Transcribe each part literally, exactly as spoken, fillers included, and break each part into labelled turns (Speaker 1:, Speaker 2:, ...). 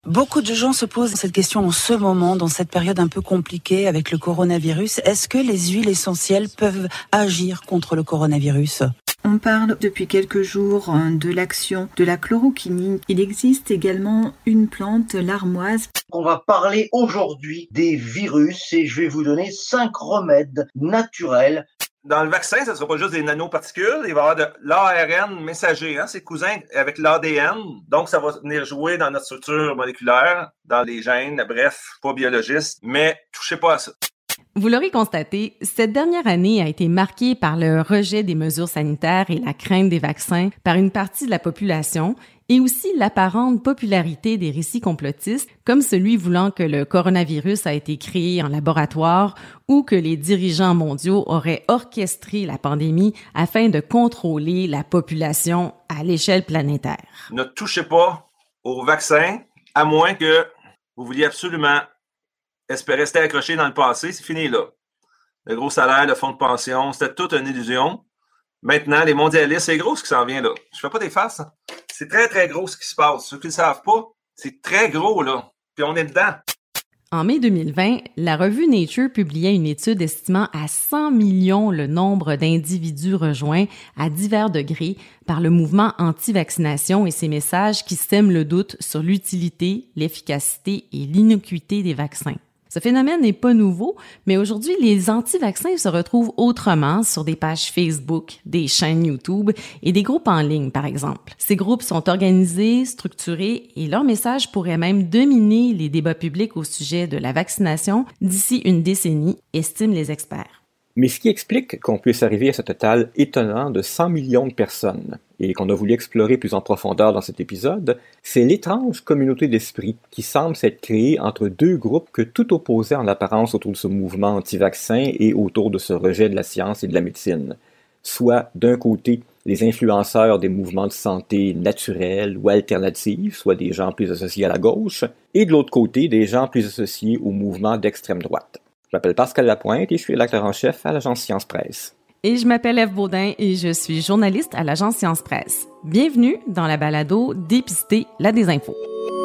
Speaker 1: Beaucoup de gens se posent cette question en ce moment, dans cette période un peu compliquée avec le coronavirus. Est-ce que les huiles essentielles peuvent agir contre le coronavirus ?
Speaker 2: On parle depuis quelques jours de l'action de la chloroquine. Il existe également une plante, l'armoise.
Speaker 3: On va parler aujourd'hui des virus et je vais vous donner cinq remèdes naturels.
Speaker 4: Dans le vaccin, ça ne sera pas juste des nanoparticules, il va y avoir de l'A R N messager, hein, c'est cousin avec l'A D N. Donc, ça va venir jouer dans notre structure moléculaire, dans les gènes, bref, pas biologiste, mais touchez pas à ça.
Speaker 5: Vous l'aurez constaté, cette dernière année a été marquée par le rejet des mesures sanitaires et la crainte des vaccins par une partie de la population et aussi l'apparente popularité des récits complotistes, comme celui voulant que le coronavirus a été créé en laboratoire ou que les dirigeants mondiaux auraient orchestré la pandémie afin de contrôler la population à l'échelle planétaire.
Speaker 4: Ne touchez pas au vaccin, à moins que vous vouliez absolument espérer rester accroché dans le passé. C'est fini, là. Le gros salaire, le fonds de pension, c'était toute une illusion. Maintenant, les mondialistes, c'est gros ce qui s'en vient, là. Je fais pas des farces, hein. C'est très, très gros ce qui se passe. Ceux qui ne le savent pas, c'est très gros, là. Puis on est dedans.
Speaker 5: En mai deux mille vingt, la revue Nature publiait une étude estimant à cent millions le nombre d'individus rejoints à divers degrés par le mouvement anti-vaccination et ses messages qui sèment le doute sur l'utilité, l'efficacité et l'innocuité des vaccins. Ce phénomène n'est pas nouveau, mais aujourd'hui, les anti-vaccins se retrouvent autrement sur des pages Facebook, des chaînes YouTube et des groupes en ligne, par exemple. Ces groupes sont organisés, structurés et leurs messages pourraient même dominer les débats publics au sujet de la vaccination d'ici une décennie, estiment les experts.
Speaker 6: Mais ce qui explique qu'on puisse arriver à ce total étonnant de cent millions de personnes, et qu'on a voulu explorer plus en profondeur dans cet épisode, c'est l'étrange communauté d'esprit qui semble s'être créée entre deux groupes que tout opposait en apparence autour de ce mouvement anti-vaccin et autour de ce rejet de la science et de la médecine. Soit, d'un côté, les influenceurs des mouvements de santé naturels ou alternatifs, soit des gens plus associés à la gauche, et de l'autre côté, des gens plus associés au mouvement d'extrême droite. Je m'appelle Pascal Lapointe et je suis rédacteur en chef à l'agence Science Presse.
Speaker 5: Et je m'appelle Ève Baudin et je suis journaliste à l'agence Science Presse. Bienvenue dans la balado Dépister la désinfo.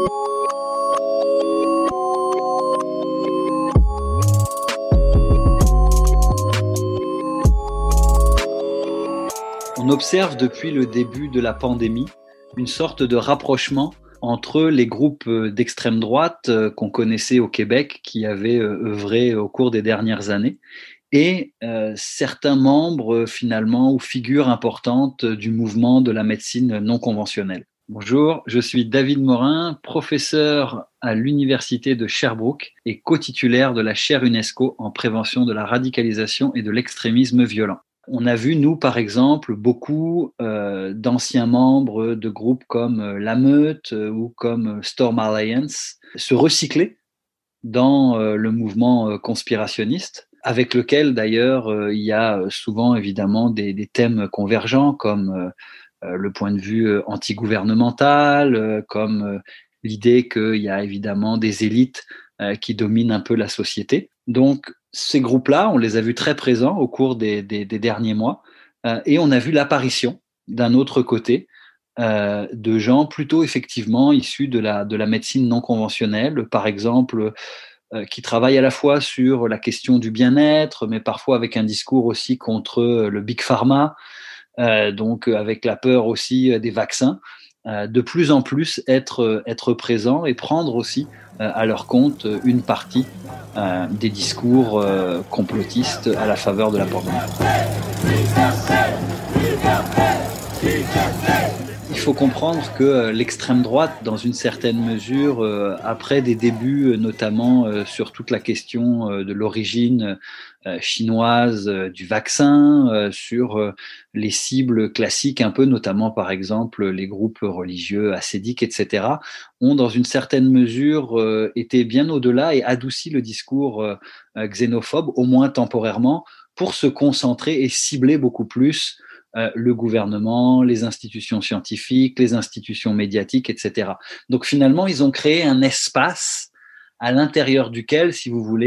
Speaker 7: On observe depuis le début de la pandémie une sorte de rapprochement entre les groupes d'extrême droite qu'on connaissait au Québec, qui avaient œuvré au cours des dernières années, et euh, certains membres finalement ou figures importantes du mouvement de la médecine non conventionnelle. Bonjour, je suis David Morin, professeur à l'Université de Sherbrooke et co-titulaire de la chaire UNESCO en prévention de la radicalisation et de l'extrémisme violent. On a vu, nous, par exemple, beaucoup euh, d'anciens membres de groupes comme euh, La Meute euh, ou comme Storm Alliance se recycler dans euh, le mouvement euh, conspirationniste, avec lequel, d'ailleurs, euh, il y a souvent, évidemment, des, des thèmes convergents, comme euh, le point de vue euh, antigouvernemental, euh, comme euh, l'idée qu'il y a, évidemment, des élites euh, qui dominent un peu la société. Donc, ces groupes-là, on les a vus très présents au cours des, des, des derniers mois, euh, et on a vu l'apparition, d'un autre côté, euh, de gens plutôt effectivement issus de la, de la médecine non conventionnelle, par exemple, euh, qui travaillent à la fois sur la question du bien-être, mais parfois avec un discours aussi contre le Big Pharma, euh, donc avec la peur aussi des vaccins, euh, de plus en plus être, être présents et prendre aussi euh, à leur compte une partie euh, des discours euh, complotistes à la faveur de la pandémie. Il faut comprendre que l'extrême droite, dans une certaine mesure, euh, après des débuts, notamment euh, sur toute la question euh, de l'origine euh, chinoise euh, du vaccin, euh, sur euh, les cibles classiques un peu, notamment par exemple les groupes religieux ascédiques, et cetera, ont dans une certaine mesure euh, été bien au-delà et adouci le discours euh, xénophobe, au moins temporairement, pour se concentrer et cibler beaucoup plus Euh, le gouvernement, les institutions scientifiques, les institutions médiatiques, et cetera. Donc finalement, ils ont créé un espace à l'intérieur duquel, si vous voulez,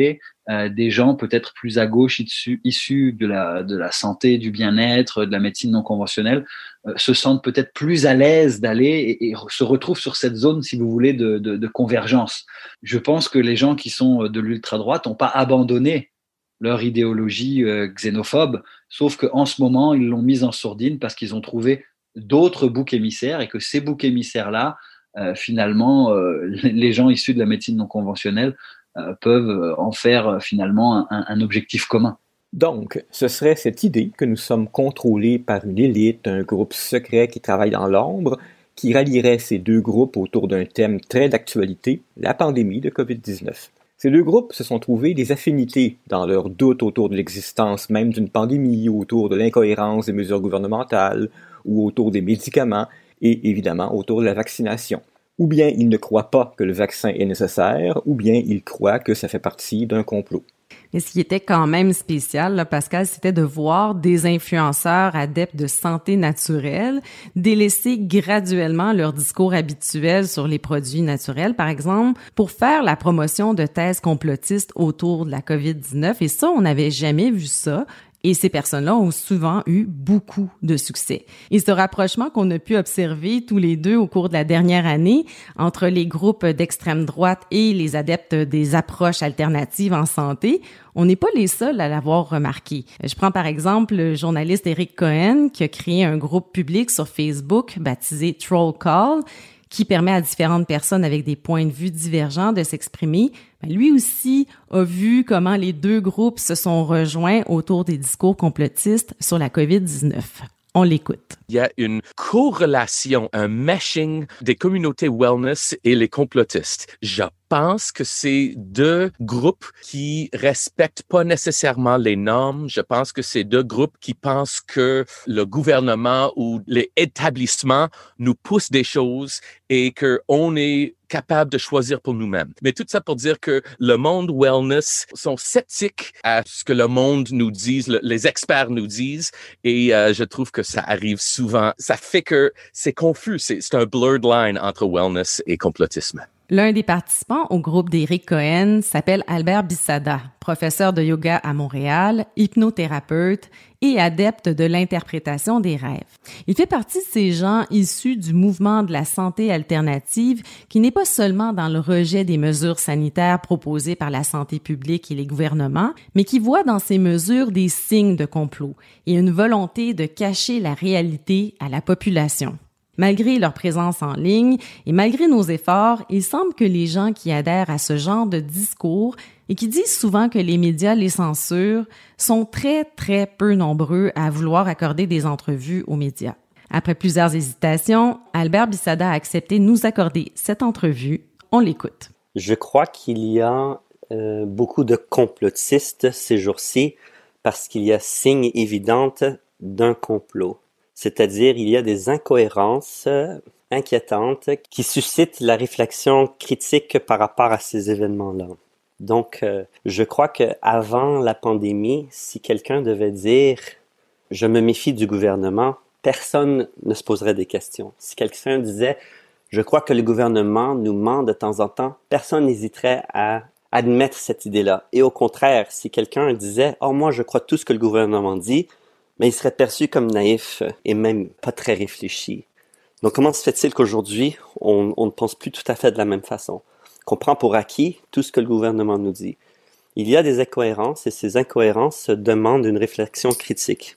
Speaker 7: euh, des gens peut-être plus à gauche issus, issus de la, de la santé, du bien-être, de la médecine non conventionnelle, euh, se sentent peut-être plus à l'aise d'aller et, et se retrouvent sur cette zone, si vous voulez, de, de, de convergence. Je pense que les gens qui sont de l'ultra-droite n'ont pas abandonné leur idéologie euh, xénophobe, sauf qu'en ce moment, ils l'ont mise en sourdine parce qu'ils ont trouvé d'autres boucs émissaires et que ces boucs émissaires-là, euh, finalement, euh, les gens issus de la médecine non conventionnelle euh, peuvent en faire euh, finalement un, un objectif commun.
Speaker 6: Donc, ce serait cette idée que nous sommes contrôlés par une élite, un groupe secret qui travaille dans l'ombre, qui rallierait ces deux groupes autour d'un thème très d'actualité, la pandémie de covid dix-neuf. Ces deux groupes se sont trouvés des affinités dans leur doute autour de l'existence même d'une pandémie, autour de l'incohérence des mesures gouvernementales, ou autour des médicaments, et évidemment autour de la vaccination. Ou bien ils ne croient pas que le vaccin est nécessaire, ou bien ils croient que ça fait partie d'un complot.
Speaker 5: Mais ce qui était quand même spécial, là, Pascal, c'était de voir des influenceurs adeptes de santé naturelle délaisser graduellement leur discours habituel sur les produits naturels, par exemple, pour faire la promotion de thèses complotistes autour de la covid dix-neuf. Et ça, on n'avait jamais vu ça. Et ces personnes-là ont souvent eu beaucoup de succès. Et ce rapprochement qu'on a pu observer tous les deux au cours de la dernière année entre les groupes d'extrême droite et les adeptes des approches alternatives en santé, on n'est pas les seuls à l'avoir remarqué. Je prends par exemple le journaliste Eric Cohen qui a créé un groupe public sur Facebook baptisé Troll Call, qui permet à différentes personnes avec des points de vue divergents de s'exprimer. Ben, lui aussi a vu comment les deux groupes se sont rejoints autour des discours complotistes sur la covid dix-neuf. On l'écoute.
Speaker 8: Il y a une corrélation, un meshing des communautés wellness et les complotistes. Je pense que c'est deux groupes qui respectent pas nécessairement les normes. Je pense que c'est deux groupes qui pensent que le gouvernement ou les établissements nous poussent des choses et qu'on est capable de choisir pour nous-mêmes. Mais tout ça pour dire que le monde wellness sont sceptiques à ce que le monde nous dise, le, les experts nous disent, et euh, je trouve que ça arrive souvent. Ça fait que c'est confus, c'est, c'est un blurred line entre wellness et complotisme.
Speaker 5: L'un des participants au groupe d'Eric Cohen s'appelle Albert Bissada, professeur de yoga à Montréal, hypnothérapeute et adepte de l'interprétation des rêves. Il fait partie de ces gens issus du mouvement de la santé alternative qui n'est pas seulement dans le rejet des mesures sanitaires proposées par la santé publique et les gouvernements, mais qui voit dans ces mesures des signes de complot et une volonté de cacher la réalité à la population. Malgré leur présence en ligne et malgré nos efforts, il semble que les gens qui adhèrent à ce genre de discours et qui disent souvent que les médias les censurent sont très, très peu nombreux à vouloir accorder des entrevues aux médias. Après plusieurs hésitations, Albert Bissada a accepté de nous accorder cette entrevue. On l'écoute.
Speaker 9: Je crois qu'il y a euh, beaucoup de complotistes ces jours-ci parce qu'il y a signe évident d'un complot. C'est-à-dire, il y a des incohérences inquiétantes qui suscitent la réflexion critique par rapport à ces événements-là. Donc, euh, je crois qu'avant la pandémie, si quelqu'un devait dire « je me méfie du gouvernement », personne ne se poserait des questions. Si quelqu'un disait « je crois que le gouvernement nous ment de temps en temps », personne n'hésiterait à admettre cette idée-là. Et au contraire, si quelqu'un disait « oh, moi, je crois tout ce que le gouvernement dit », mais il serait perçu comme naïf et même pas très réfléchi. Donc comment se fait-il qu'aujourd'hui, on, on ne pense plus tout à fait de la même façon, qu'on prend pour acquis tout ce que le gouvernement nous dit? Il y a des incohérences et ces incohérences demandent une réflexion critique.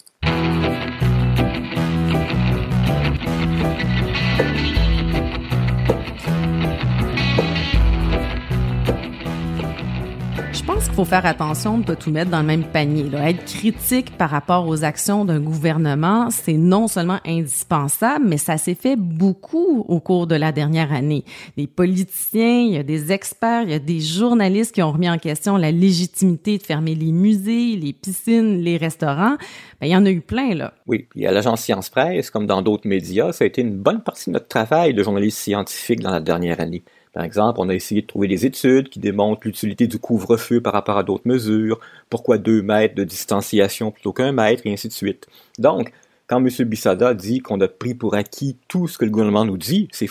Speaker 5: Il faut faire attention de ne pas tout mettre dans le même panier. Là. Être critique par rapport aux actions d'un gouvernement, c'est non seulement indispensable, mais ça s'est fait beaucoup au cours de la dernière année. Des politiciens, il y a des experts, il y a des journalistes qui ont remis en question la légitimité de fermer les musées, les piscines, les restaurants. Ben, il y en a eu plein, là.
Speaker 6: Oui, puis à l'agence Science Presse, comme dans d'autres médias, ça a été une bonne partie de notre travail de journaliste scientifique dans la dernière année. Par exemple, on a essayé de trouver des études qui démontrent l'utilité du couvre-feu par rapport à d'autres mesures, pourquoi deux mètres de distanciation plutôt qu'un mètre, et ainsi de suite. Donc, quand M. Bissada dit qu'on a pris pour acquis tout ce que le gouvernement nous dit, c'est faux.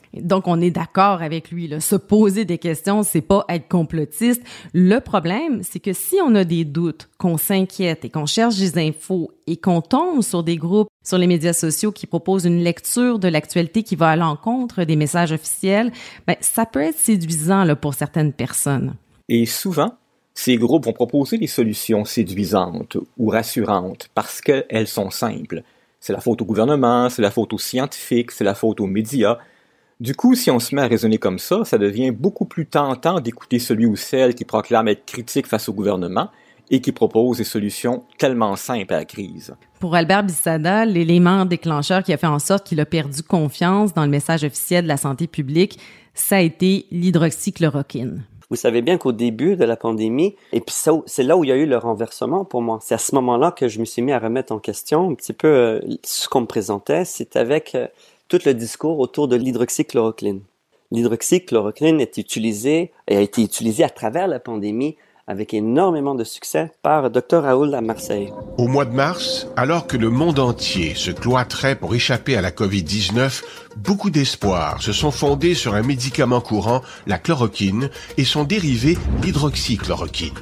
Speaker 5: Donc, on est d'accord avec lui, là. Se poser des questions, c'est pas être complotiste. Le problème, c'est que si on a des doutes, qu'on s'inquiète et qu'on cherche des infos et qu'on tombe sur des groupes sur les médias sociaux qui proposent une lecture de l'actualité qui va à l'encontre des messages officiels, ben, ça peut être séduisant, là, pour certaines personnes.
Speaker 6: Et souvent, ces groupes vont proposer des solutions séduisantes ou rassurantes parce qu'elles sont simples. C'est la faute au gouvernement, c'est la faute aux scientifiques, c'est la faute aux médias. Du coup, si on se met à raisonner comme ça, ça devient beaucoup plus tentant d'écouter celui ou celle qui proclame être critique face au gouvernement et qui propose des solutions tellement simples à la crise.
Speaker 5: Pour Albert Bissada, l'élément déclencheur qui a fait en sorte qu'il a perdu confiance dans le message officiel de la santé publique, ça a été l'hydroxychloroquine.
Speaker 9: Vous savez bien qu'au début de la pandémie, et puis ça, c'est là où il y a eu le renversement pour moi. C'est à ce moment-là que je me suis mis à remettre en question un petit peu euh, ce qu'on me présentait. C'est avec euh, tout le discours autour de l'hydroxychloroquine. L'hydroxychloroquine est utilisée et a été utilisée à travers la pandémie avec énormément de succès par docteur Raoul à Marseille.
Speaker 10: Au mois de mars, alors que le monde entier se cloîtrait pour échapper à la covid dix-neuf, beaucoup d'espoirs se sont fondés sur un médicament courant, la chloroquine, et son dérivé, l'hydroxychloroquine.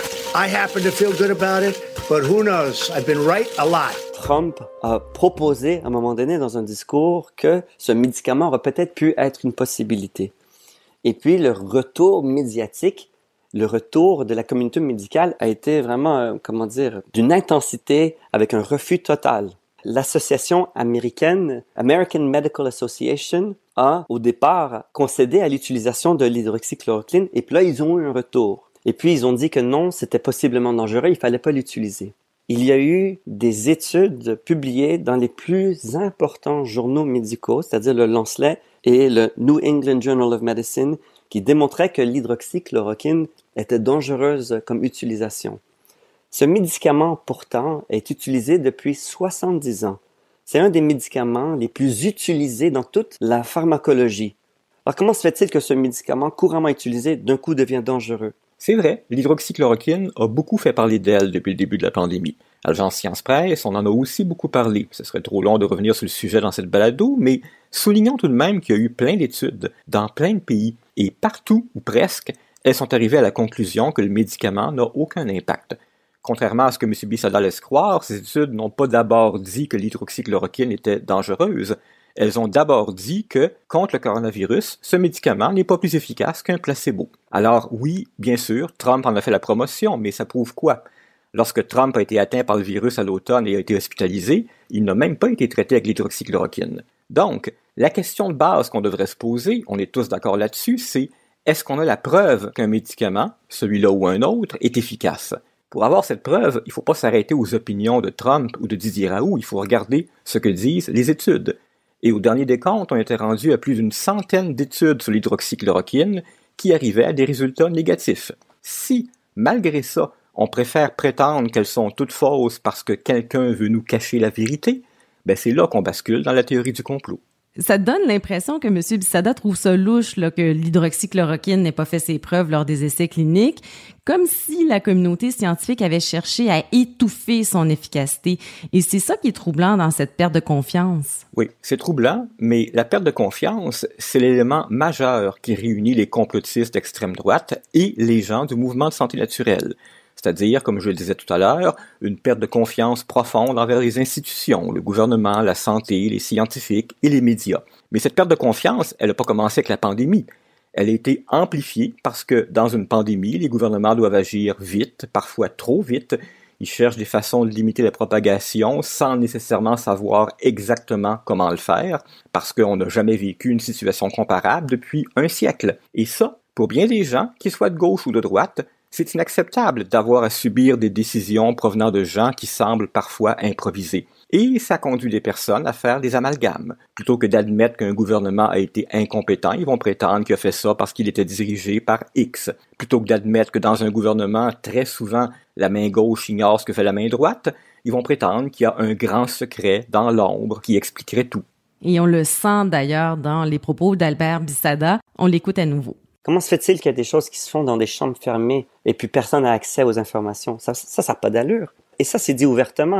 Speaker 11: I happen to feel good about it, but who knows? I've been right a lot.
Speaker 9: Trump a proposé à un moment donné dans un discours que ce médicament aurait peut-être pu être une possibilité. Et puis le retour médiatique, le retour de la communauté médicale a été vraiment, euh, comment dire, d'une intensité avec un refus total. L'association américaine, American Medical Association, a au départ concédé à l'utilisation de l'hydroxychloroquine et puis là, ils ont eu un retour. Et puis, ils ont dit que non, c'était possiblement dangereux, il fallait pas l'utiliser. Il y a eu des études publiées dans les plus importants journaux médicaux, c'est-à-dire le Lancelet et le New England Journal of Medicine, qui démontraient que l'hydroxychloroquine était dangereuse comme utilisation. Ce médicament, pourtant, est utilisé depuis soixante-dix ans. C'est un des médicaments les plus utilisés dans toute la pharmacologie. Alors, comment se fait-il que ce médicament couramment utilisé, d'un coup, devient dangereux?
Speaker 6: C'est vrai, l'hydroxychloroquine a beaucoup fait parler d'elle depuis le début de la pandémie. À l'agence Science Presse, on en a aussi beaucoup parlé. Ce serait trop long de revenir sur le sujet dans cette balado, mais soulignons tout de même qu'il y a eu plein d'études dans plein de pays, et partout, ou presque, elles sont arrivées à la conclusion que le médicament n'a aucun impact. Contrairement à ce que M. Bissada laisse croire, ces études n'ont pas d'abord dit que l'hydroxychloroquine était dangereuse. Elles ont d'abord dit que, contre le coronavirus, ce médicament n'est pas plus efficace qu'un placebo. Alors oui, bien sûr, Trump en a fait la promotion, mais ça prouve quoi? Lorsque Trump a été atteint par le virus à l'automne et a été hospitalisé, il n'a même pas été traité avec l'hydroxychloroquine. Donc, la question de base qu'on devrait se poser, on est tous d'accord là-dessus, c'est est-ce qu'on a la preuve qu'un médicament, celui-là ou un autre, est efficace? Pour avoir cette preuve, il ne faut pas s'arrêter aux opinions de Trump ou de Didier Raoult, il faut regarder ce que disent les études. Et au dernier décompte, on était rendu à plus d'une centaine d'études sur l'hydroxychloroquine qui arrivaient à des résultats négatifs. Si, malgré ça, on préfère prétendre qu'elles sont toutes fausses parce que quelqu'un veut nous cacher la vérité, ben c'est là qu'on bascule dans la théorie du complot.
Speaker 5: Ça donne l'impression que M. Bissada trouve ça louche là, que l'hydroxychloroquine n'ait pas fait ses preuves lors des essais cliniques, comme si la communauté scientifique avait cherché à étouffer son efficacité. Et c'est ça qui est troublant dans cette perte de confiance.
Speaker 6: Oui, c'est troublant, mais la perte de confiance, c'est l'élément majeur qui réunit les complotistes d'extrême droite et les gens du mouvement de santé naturelle. C'est-à-dire, comme je le disais tout à l'heure, une perte de confiance profonde envers les institutions, le gouvernement, la santé, les scientifiques et les médias. Mais cette perte de confiance, elle n'a pas commencé avec la pandémie. Elle a été amplifiée parce que, dans une pandémie, les gouvernements doivent agir vite, parfois trop vite. Ils cherchent des façons de limiter la propagation sans nécessairement savoir exactement comment le faire, parce qu'on n'a jamais vécu une situation comparable depuis un siècle. Et ça, pour bien des gens, qu'ils soient de gauche ou de droite, c'est inacceptable d'avoir à subir des décisions provenant de gens qui semblent parfois improvisés. Et ça conduit les personnes à faire des amalgames. Plutôt que d'admettre qu'un gouvernement a été incompétent, ils vont prétendre qu'il a fait ça parce qu'il était dirigé par X. Plutôt que d'admettre que dans un gouvernement, très souvent, la main gauche ignore ce que fait la main droite, ils vont prétendre qu'il y a un grand secret dans l'ombre qui expliquerait tout.
Speaker 5: Et on le sent d'ailleurs dans les propos d'Albert Bissada. On l'écoute à nouveau.
Speaker 9: Comment se fait-il qu'il y a des choses qui se font dans des chambres fermées et puis personne n'a accès aux informations? Ça, ça, ça n'a pas d'allure. Et ça, c'est dit ouvertement.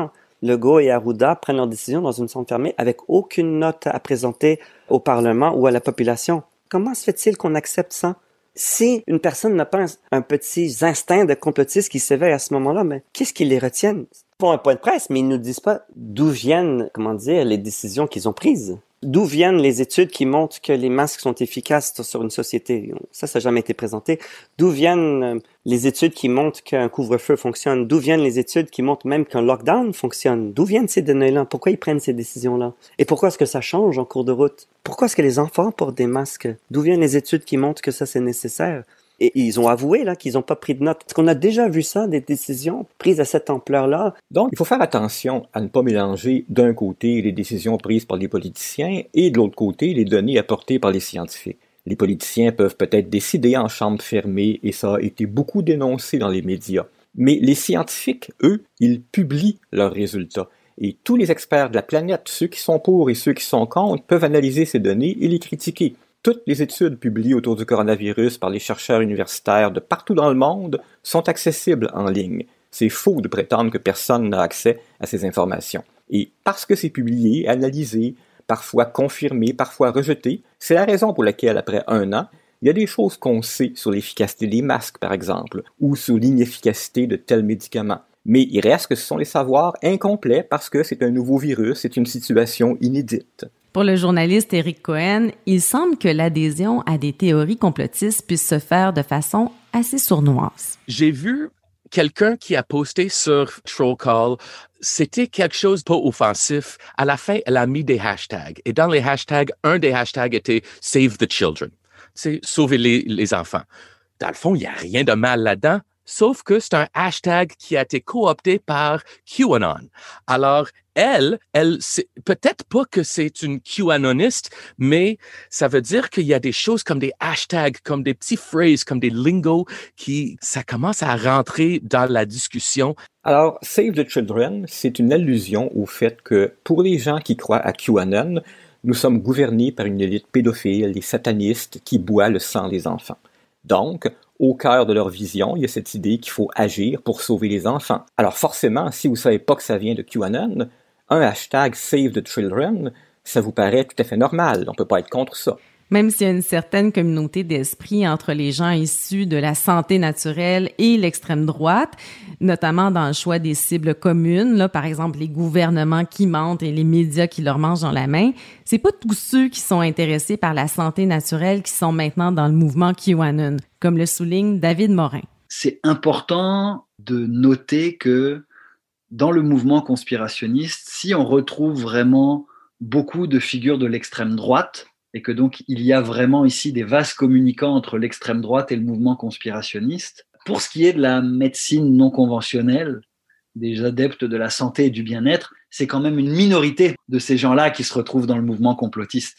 Speaker 9: Legault et Arruda prennent leurs décisions dans une salle fermée avec aucune note à présenter au Parlement ou à la population. Comment se fait-il qu'on accepte ça? Si une personne n'a pas un, un petit instinct de complotiste qui s'éveille à ce moment-là, mais qu'est-ce qui les retienne? Ils font un point de presse, mais ils ne nous disent pas d'où viennent, comment dire, les décisions qu'ils ont prises. D'où viennent les études qui montrent que les masques sont efficaces sur une société? Ça, ça n'a jamais été présenté. D'où viennent les études qui montrent qu'un couvre-feu fonctionne? D'où viennent les études qui montrent même qu'un lockdown fonctionne? D'où viennent ces données-là? Pourquoi ils prennent ces décisions-là? Et pourquoi est-ce que ça change en cours de route? Pourquoi est-ce que les enfants portent des masques? D'où viennent les études qui montrent que ça, c'est nécessaire? Et ils ont avoué là qu'ils n'ont pas pris de notes. Est-ce qu'on a déjà vu ça, des décisions prises à cette ampleur-là?
Speaker 6: Donc, il faut faire attention à ne pas mélanger d'un côté les décisions prises par les politiciens et de l'autre côté les données apportées par les scientifiques. Les politiciens peuvent peut-être décider en chambre fermée et ça a été beaucoup dénoncé dans les médias. Mais les scientifiques, eux, ils publient leurs résultats. Et tous les experts de la planète, ceux qui sont pour et ceux qui sont contre, peuvent analyser ces données et les critiquer. Toutes les études publiées autour du coronavirus par les chercheurs universitaires de partout dans le monde sont accessibles en ligne. C'est faux de prétendre que personne n'a accès à ces informations. Et parce que c'est publié, analysé, parfois confirmé, parfois rejeté, c'est la raison pour laquelle, après un an, il y a des choses qu'on sait sur l'efficacité des masques, par exemple, ou sur l'inefficacité de tels médicaments. Mais il reste que ce sont des savoirs incomplets parce que c'est un nouveau virus, c'est une situation inédite.
Speaker 5: Pour le journaliste Éric Cohen, il semble que l'adhésion à des théories complotistes puisse se faire de façon assez sournoise.
Speaker 8: J'ai vu quelqu'un qui a posté sur Trollcall, c'était quelque chose pas offensif. À la fin, elle a mis des hashtags. Et dans les hashtags, un des hashtags était « Save the Children ». C'est « Sauver les, les enfants ». Dans le fond, il n'y a rien de mal là-dedans. Sauf que c'est un hashtag qui a été coopté par QAnon. Alors, elle, elle, c'est, peut-être pas que c'est une QAnoniste, mais ça veut dire qu'il y a des choses comme des hashtags, comme des petites phrases, comme des lingos qui, ça commence à rentrer dans la discussion.
Speaker 6: Alors, Save the Children, c'est une allusion au fait que pour les gens qui croient à QAnon, nous sommes gouvernés par une élite pédophile, les satanistes qui boit le sang des enfants. Donc, au cœur de leur vision, il y a cette idée qu'il faut agir pour sauver les enfants. Alors forcément, si vous ne savez pas que ça vient de QAnon, un hashtag Save the Children, ça vous paraît tout à fait normal. On ne peut pas être contre ça.
Speaker 5: Même s'il y a une certaine communauté d'esprit entre les gens issus de la santé naturelle et l'extrême droite, notamment dans le choix des cibles communes, là, par exemple les gouvernements qui mentent et les médias qui leur mangent dans la main, c'est pas tous ceux qui sont intéressés par la santé naturelle qui sont maintenant dans le mouvement QAnon, comme le souligne David Morin.
Speaker 7: C'est important de noter que dans le mouvement conspirationniste, si on retrouve vraiment beaucoup de figures de l'extrême droite, et que donc il y a vraiment ici des vases communicants entre l'extrême droite et le mouvement conspirationniste. Pour ce qui est de la médecine non conventionnelle, des adeptes de la santé et du bien-être, c'est quand même une minorité de ces gens-là qui se retrouvent dans le mouvement complotiste.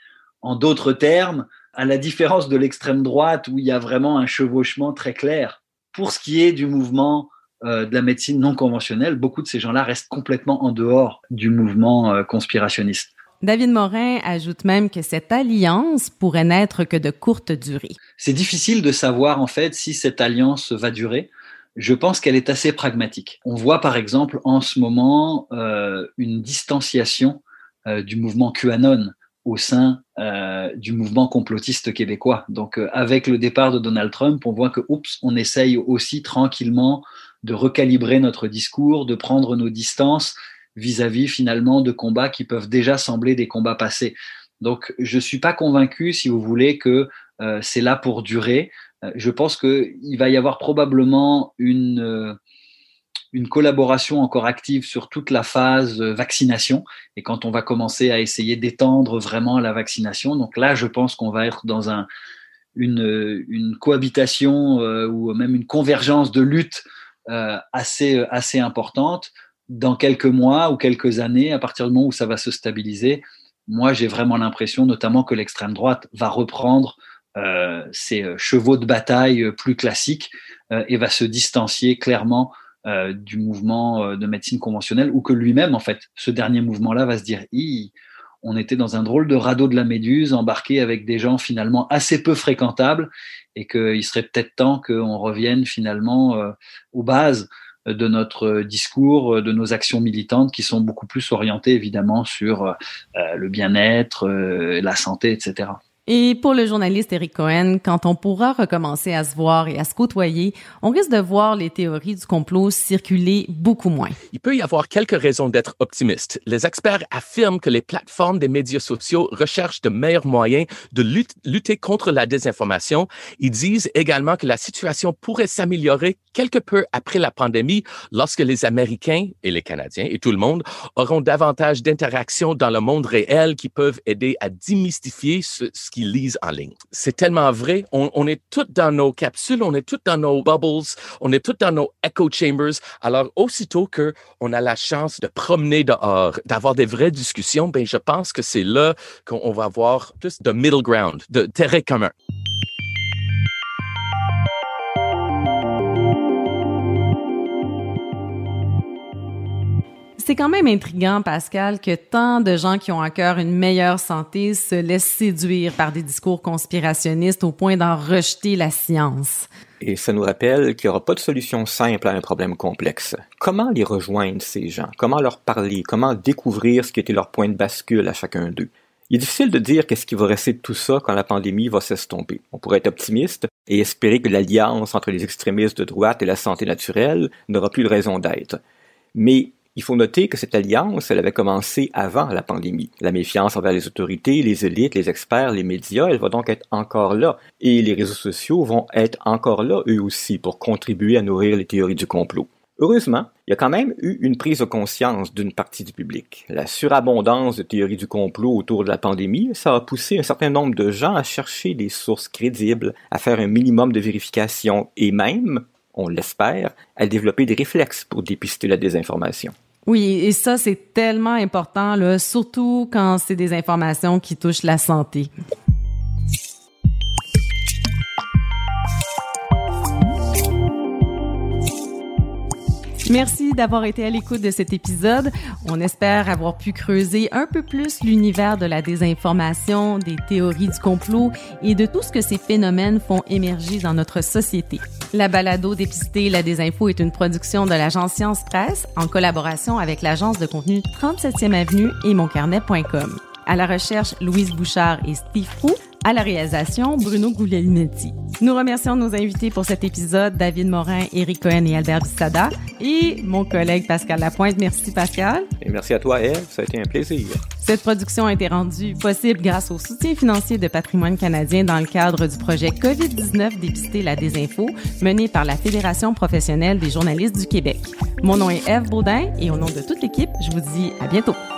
Speaker 7: En d'autres termes, à la différence de l'extrême droite où il y a vraiment un chevauchement très clair, pour ce qui est du mouvement euh, de la médecine non conventionnelle, beaucoup de ces gens-là restent complètement en dehors du mouvement euh, conspirationniste.
Speaker 5: David Morin ajoute même que cette alliance pourrait n'être que de courte durée.
Speaker 7: C'est difficile de savoir en fait si cette alliance va durer. Je pense qu'elle est assez pragmatique. On voit par exemple en ce moment euh, une distanciation euh, du mouvement QAnon au sein euh, du mouvement complotiste québécois. Donc euh, avec le départ de Donald Trump, on voit que oups, on essaye aussi tranquillement de recalibrer notre discours, de prendre nos distances vis-à-vis finalement de combats qui peuvent déjà sembler des combats passés. Donc je suis pas convaincu, si vous voulez, que euh, c'est là pour durer. Euh, je pense qu'il va y avoir probablement une, euh, une collaboration encore active sur toute la phase vaccination, et quand on va commencer à essayer d'étendre vraiment la vaccination, donc là je pense qu'on va être dans un, une, une cohabitation euh, ou même une convergence de lutte euh, assez, assez importante. Dans quelques mois ou quelques années, à partir du moment où ça va se stabiliser, moi, j'ai vraiment l'impression, notamment que l'extrême droite va reprendre euh, ses chevaux de bataille plus classiques euh, et va se distancier clairement euh, du mouvement de médecine conventionnelle, ou que lui-même, en fait, ce dernier mouvement-là va se dire « on était dans un drôle de radeau de la Méduse, embarqué avec des gens finalement assez peu fréquentables, et qu'il serait peut-être temps qu'on revienne finalement euh, aux bases de notre discours, de nos actions militantes qui sont beaucoup plus orientées évidemment sur euh, le bien-être, euh, la santé, et cetera.
Speaker 5: Et pour le journaliste Eric Cohen, quand on pourra recommencer à se voir et à se côtoyer, on risque de voir les théories du complot circuler beaucoup moins.
Speaker 8: Il peut y avoir quelques raisons d'être optimiste. Les experts affirment que les plateformes des médias sociaux recherchent de meilleurs moyens de lutte, lutter contre la désinformation. Ils disent également que la situation pourrait s'améliorer quelque peu après la pandémie lorsque les Américains et les Canadiens et tout le monde auront davantage d'interactions dans le monde réel qui peuvent aider à démystifier ce, ce qu'ils lisent en ligne. C'est tellement vrai. On, on est tous dans nos capsules, on est tous dans nos bubbles, on est tous dans nos echo chambers. Alors, aussitôt qu'on a la chance de promener dehors, d'avoir des vraies discussions, ben, je pense que c'est là qu'on va avoir plus de middle ground, de terrain commun.
Speaker 5: C'est quand même intriguant, Pascal, que tant de gens qui ont à cœur une meilleure santé se laissent séduire par des discours conspirationnistes au point d'en rejeter la science.
Speaker 6: Et ça nous rappelle qu'il n'y aura pas de solution simple à un problème complexe. Comment les rejoindre, ces gens? Comment leur parler? Comment découvrir ce qui était leur point de bascule à chacun d'eux? Il est difficile de dire qu'est-ce qui va rester de tout ça quand la pandémie va s'estomper. On pourrait être optimiste et espérer que l'alliance entre les extrémistes de droite et la santé naturelle n'aura plus de raison d'être. Mais il faut noter que cette alliance, elle avait commencé avant la pandémie. La méfiance envers les autorités, les élites, les experts, les médias, elle va donc être encore là. Et les réseaux sociaux vont être encore là, eux aussi, pour contribuer à nourrir les théories du complot. Heureusement, il y a quand même eu une prise de conscience d'une partie du public. La surabondance de théories du complot autour de la pandémie, ça a poussé un certain nombre de gens à chercher des sources crédibles, à faire un minimum de vérification et même, on l'espère, à développer des réflexes pour dépister la désinformation.
Speaker 5: Oui, et ça, c'est tellement important, là, surtout quand c'est des informations qui touchent la santé. Merci d'avoir été à l'écoute de cet épisode. On espère avoir pu creuser un peu plus l'univers de la désinformation, des théories du complot et de tout ce que ces phénomènes font émerger dans notre société. La balado Dépister la désinfo est une production de l'agence Science Presse en collaboration avec l'agence de contenu trente-septième Avenue et moncarnet point com. À la recherche, Louise Bouchard et Steve Roux. À la réalisation, Bruno Guglielminetti. Nous remercions nos invités pour cet épisode, David Morin, Eric Cohen et Albert Bissada, et mon collègue Pascal Lapointe. Merci, Pascal.
Speaker 6: Et merci à toi, Ève. Ça a été un plaisir.
Speaker 5: Cette production a été rendue possible grâce au soutien financier de Patrimoine canadien dans le cadre du projet covid dix-neuf Dépister la désinfo, mené par la Fédération professionnelle des journalistes du Québec. Mon nom est Ève Baudin et au nom de toute l'équipe, je vous dis à bientôt.